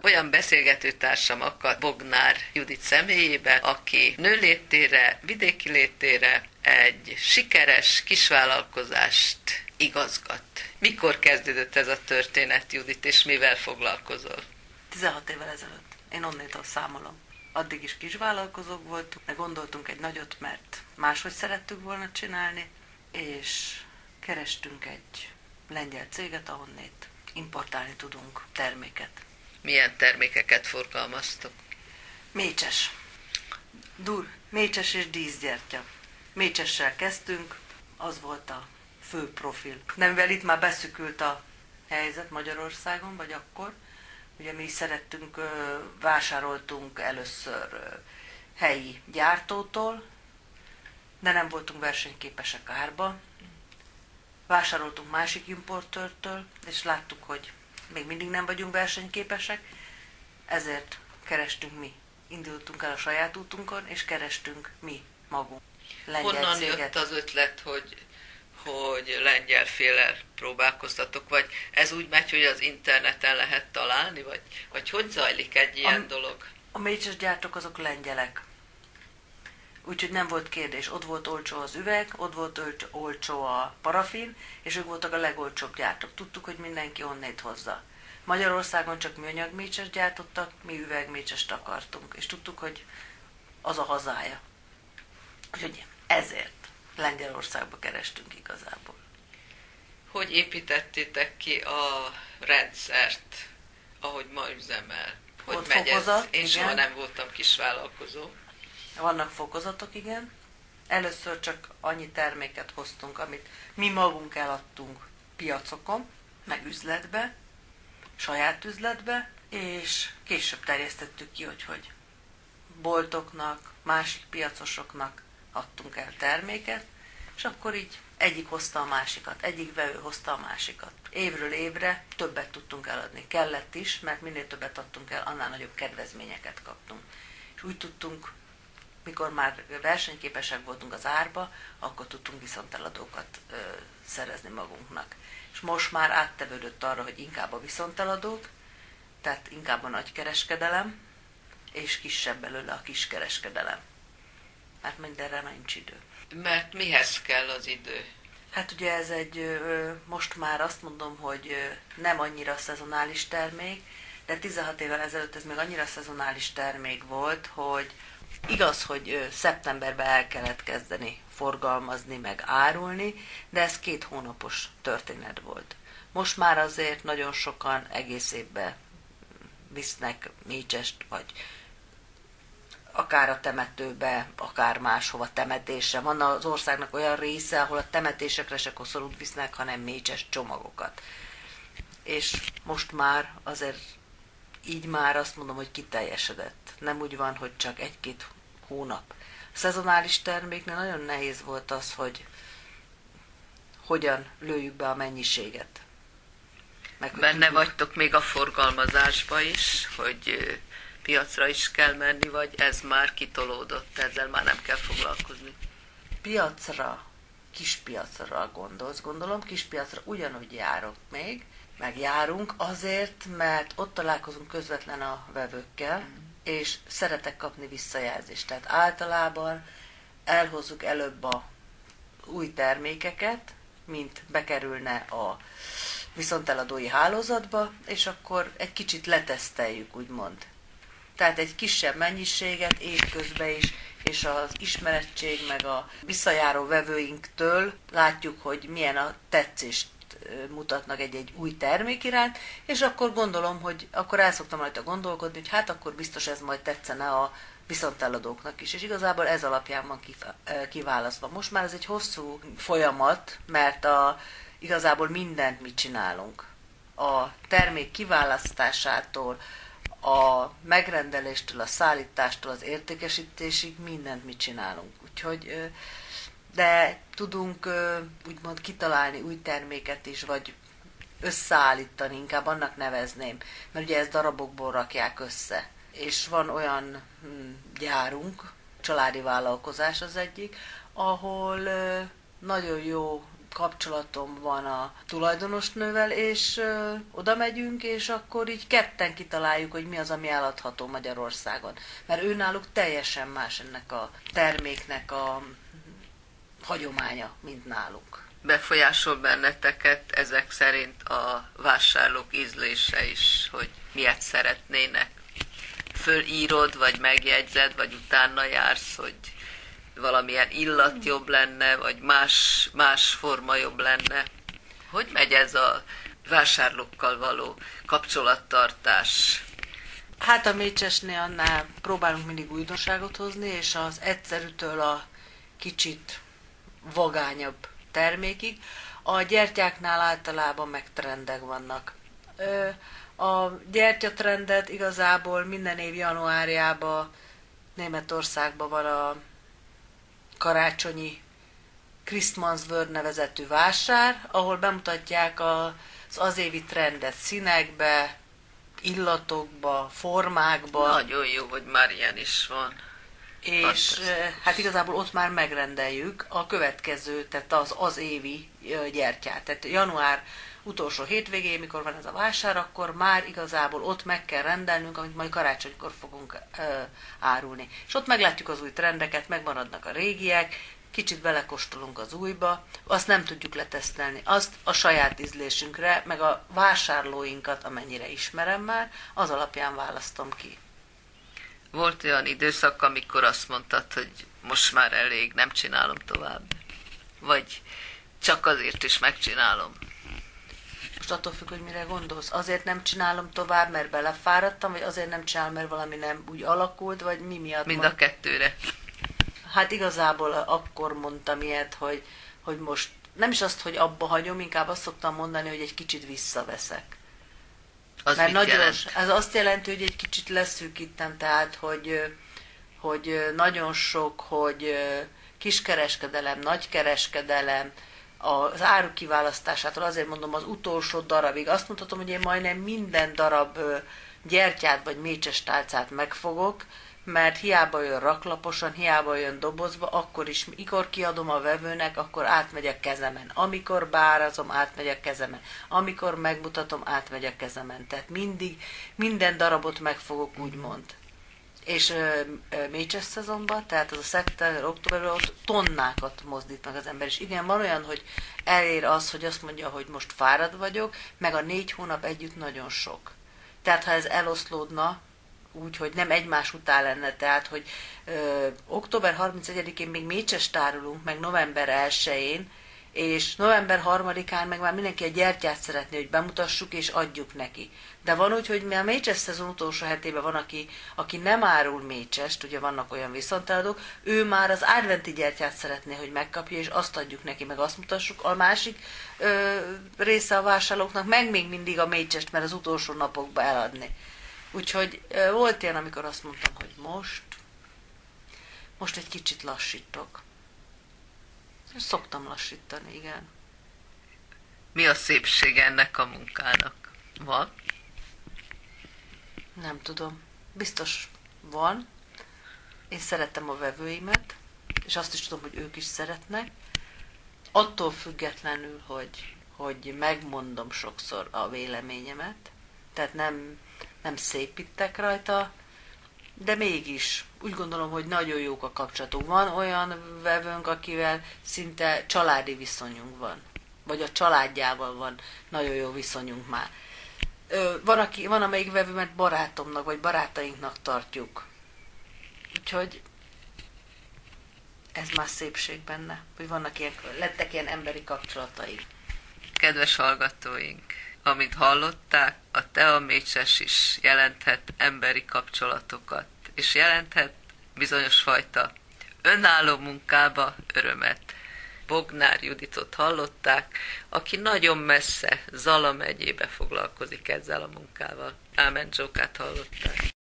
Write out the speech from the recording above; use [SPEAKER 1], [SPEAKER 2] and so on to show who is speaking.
[SPEAKER 1] olyan beszélgetőtársam akadt Bognár Judit személyébe, aki nőlétére, vidéki létére egy sikeres kisvállalkozást igazgat. Mikor kezdődött ez a történet, Judit, és mivel foglalkozol?
[SPEAKER 2] 16 évvel ezelőtt. Én onnétól számolom. Addig is kisvállalkozók voltunk, de gondoltunk egy nagyot, mert máshogy szerettük volna csinálni, és kerestünk egy lengyel céget, ahonnét importálni tudunk terméket.
[SPEAKER 1] Milyen termékeket forgalmaztok?
[SPEAKER 2] Mécses. Mécses és díszgyertya. Mécsessel kezdtünk, az volt a fő profil. Nem, mivel itt már beszükült a helyzet Magyarországon, vagy akkor, ugye mi szerettünk, vásároltunk először helyi gyártótól, de nem voltunk versenyképesek árba. Vásároltunk másik importőrtől, és láttuk, hogy még mindig nem vagyunk versenyképesek, ezért kerestünk mi. Indultunk el a saját útunkon, és kerestünk mi magunk.
[SPEAKER 1] Honnan jött az ötlet, hogy lengyelféllel próbálkoztatok, vagy ez úgy megy, hogy az interneten lehet találni, vagy hogy zajlik egy ilyen dolog?
[SPEAKER 2] A mécses gyártók azok lengyelek. Úgyhogy nem volt kérdés. Ott volt olcsó az üveg, ott volt olcsó a parafin, és ők voltak a legolcsóbb gyártók. Tudtuk, hogy mindenki onnét hozza. Magyarországon csak műanyagmécses gyártottak, mi üvegmécsest akartunk, és tudtuk, hogy az a hazája. Úgyhogy ezért Lengyelországba kerestünk igazából.
[SPEAKER 1] Hogy építettétek ki a rendszert, ahogy ma üzemel? Hogy
[SPEAKER 2] Ott
[SPEAKER 1] megy
[SPEAKER 2] fokozat,
[SPEAKER 1] ez? Én
[SPEAKER 2] igen.
[SPEAKER 1] soha nem voltam kisvállalkozó.
[SPEAKER 2] Vannak fokozatok, igen. Először csak annyi terméket hoztunk, amit mi magunk eladtunk piacokon, meg üzletbe, saját üzletbe, és később terjesztettük ki, hogy boltoknak, másik piacosoknak adtunk el terméket, és akkor így egyik hozta a másikat, egyik vevő hozta a másikat. Évről évre többet tudtunk eladni. Kellett is, mert minél többet adtunk el, annál nagyobb kedvezményeket kaptunk. És úgy tudtunk, mikor már versenyképesek voltunk az árba, akkor tudtunk viszonteladókat szerezni magunknak. És most már áttevődött arra, hogy inkább a viszonteladók, tehát inkább a nagykereskedelem, és kisebb belőle a kiskereskedelem. Mert mindenre nincs idő.
[SPEAKER 1] Mert mihez kell az idő?
[SPEAKER 2] Hát ugye ez egy, most már azt mondom, hogy nem annyira szezonális termék, de 16 évvel ezelőtt ez még annyira szezonális termék volt, hogy igaz, hogy szeptemberben el kellett kezdeni forgalmazni, meg árulni, de ez 2 hónapos történet volt. Most már azért nagyon sokan egész évben visznek mécsest, vagy akár a temetőbe, akár máshova temetésre. Van az országnak olyan része, ahol a temetésekre se koszorút visznek, hanem mécses csomagokat. És most már azért így már azt mondom, hogy kiteljesedett. Nem úgy van, hogy csak 1-2 hónap. A szezonális terméknél nagyon nehéz volt az, hogy hogyan lőjük be a mennyiséget.
[SPEAKER 1] Benne vagytok még a forgalmazásba is, hogy piacra is kell menni, vagy ez már kitolódott, ezzel már nem kell foglalkozni?
[SPEAKER 2] Piacra, kispiacra gondolom, kispiacra ugyanúgy járok még, meg járunk azért, mert ott találkozunk közvetlen a vevőkkel, és szeretek kapni visszajelzést. Tehát általában elhozzuk előbb a új termékeket, mint bekerülne a viszonteladói hálózatba, és akkor egy kicsit leteszteljük, úgymond. Tehát egy kisebb mennyiséget évközben is, és az ismerettség meg a visszajáró vevőinktől látjuk, hogy milyen a tetszést mutatnak egy új termék iránt, és akkor gondolom, hogy akkor el szoktam rajta gondolkodni, hogy hát akkor biztos ez majd tetszene a viszonteladóknak is, és igazából ez alapján van kiválasztva. Most már ez egy hosszú folyamat, mert igazából mindent mit csinálunk. A termék kiválasztásától, a megrendeléstől, a szállítástól, az értékesítésig mindent mit csinálunk. Úgyhogy, de tudunk úgymond kitalálni új terméket is, vagy összeállítani, inkább annak nevezném, mert ugye ezt darabokból rakják össze. És van olyan gyárunk, családi vállalkozás az egyik, ahol nagyon jó kapcsolatom van a tulajdonosnővel, és oda megyünk, és akkor így ketten kitaláljuk, hogy mi az, ami eladható Magyarországon. Mert őnáluk teljesen más ennek a terméknek a hagyománya, mint nálunk.
[SPEAKER 1] Befolyásol benneteket ezek szerint a vásárlók ízlése is, hogy miért szeretnének? Fölírod, vagy megjegyzed, vagy utána jársz, hogy valamilyen illat jobb lenne, vagy más forma jobb lenne? Hogy megy ez a vásárlókkal való kapcsolattartás?
[SPEAKER 2] Hát a Mécsesnél annál próbálunk mindig újdonságot hozni, és az egyszerűtől a kicsit vagányabb termékig. A gyertyáknál általában meg trendek vannak. A gyertyatrendet igazából minden év januárjában Németországban van a karácsonyi Christmasvörd nevezetű vásár, ahol bemutatják az évi trendet színekbe, illatokba, formákba.
[SPEAKER 1] Nagyon jó, hogy már ilyen is van.
[SPEAKER 2] És hát igazából ott már megrendeljük a következő, tehát az évi gyertyát. Tehát január utolsó hétvégén, mikor van ez a vásár, akkor már igazából ott meg kell rendelnünk, amit majd karácsonykor fogunk árulni. És ott meglátjuk az új trendeket, megmaradnak a régiek, kicsit belekóstolunk az újba, azt nem tudjuk letesztelni. Azt a saját ízlésünkre, meg a vásárlóinkat, amennyire ismerem már, az alapján választom ki.
[SPEAKER 1] Volt olyan időszak, amikor azt mondtad, hogy most már elég, nem csinálom tovább? Vagy csak azért is megcsinálom?
[SPEAKER 2] Most attól függ, hogy mire gondolsz. Azért nem csinálom tovább, mert belefáradtam, vagy azért nem csinálom, mert valami nem úgy alakult, vagy mi miatt?
[SPEAKER 1] Mind a kettőre.
[SPEAKER 2] Hát igazából akkor mondtam ilyet, hogy most nem is azt, hogy abba hagyom, inkább azt szoktam mondani, hogy egy kicsit visszaveszek.
[SPEAKER 1] Az
[SPEAKER 2] mert
[SPEAKER 1] mit
[SPEAKER 2] nagyon,
[SPEAKER 1] jelent?
[SPEAKER 2] ez azt jelenti, hogy egy kicsit leszűkítem, tehát, hogy nagyon sok, hogy kiskereskedelem, nagykereskedelem, az áru kiválasztásától azért mondom az utolsó darabig. Azt mondhatom, hogy én majdnem minden darab gyertyát vagy mécses tálcát megfogok, mert hiába jön raklaposan, hiába jön dobozba, akkor is, mikor kiadom a vevőnek, akkor átmegy a kezemen. Amikor beárazom, átmegy a kezemen. Amikor megmutatom, átmegy a kezemen. Tehát mindig, minden darabot megfogok, úgymond. És mécses szezonban, tehát az a szeptember, októberben ott tonnákat mozdít meg az ember. És igen, van olyan, hogy elér az, hogy azt mondja, hogy most fárad vagyok, meg a 4 hónap együtt nagyon sok. Tehát ha ez eloszlódna, úgy, hogy nem egymás után lenne, tehát, hogy október 31-én még mécses tárolunk, meg november 1-én, és november 3-án meg már mindenki a gyertyát szeretné, hogy bemutassuk és adjuk neki. De van úgy, hogy a mécses szezon utolsó hetében van, aki nem árul mécsest, ugye vannak olyan viszonteladók, ő már az adventi gyertyát szeretné, hogy megkapja, és azt adjuk neki, meg azt mutassuk. A másik része a vásárlóknak meg még mindig a mécsest, mert az utolsó napokban eladni. Úgyhogy volt ilyen, amikor azt mondtam, hogy most egy kicsit lassítok. És szoktam lassítani, igen.
[SPEAKER 1] Mi a szépség ennek a munkának? Van?
[SPEAKER 2] Nem tudom. Biztos van. Én szeretem a vevőimet, és azt is tudom, hogy ők is szeretnek. Attól függetlenül, hogy megmondom sokszor a véleményemet, tehát nem szépítek rajta, de mégis úgy gondolom, hogy nagyon jók a kapcsolatunk. Van olyan vevőnk, akivel szinte családi viszonyunk van, vagy a családjával van nagyon jó viszonyunk már. Van amelyik vevőmet barátomnak, vagy barátainknak tartjuk. Úgyhogy ez már szépség benne, hogy lettek ilyen emberi kapcsolataink.
[SPEAKER 1] Kedves hallgatóink, amit hallották, a teamécses is jelenthet emberi kapcsolatokat, és jelenthet bizonyos fajta önálló munkába örömet. Bognár Juditot hallották, aki nagyon messze Zala megyébe foglalkozik ezzel a munkával. Ámen Zsókát hallották.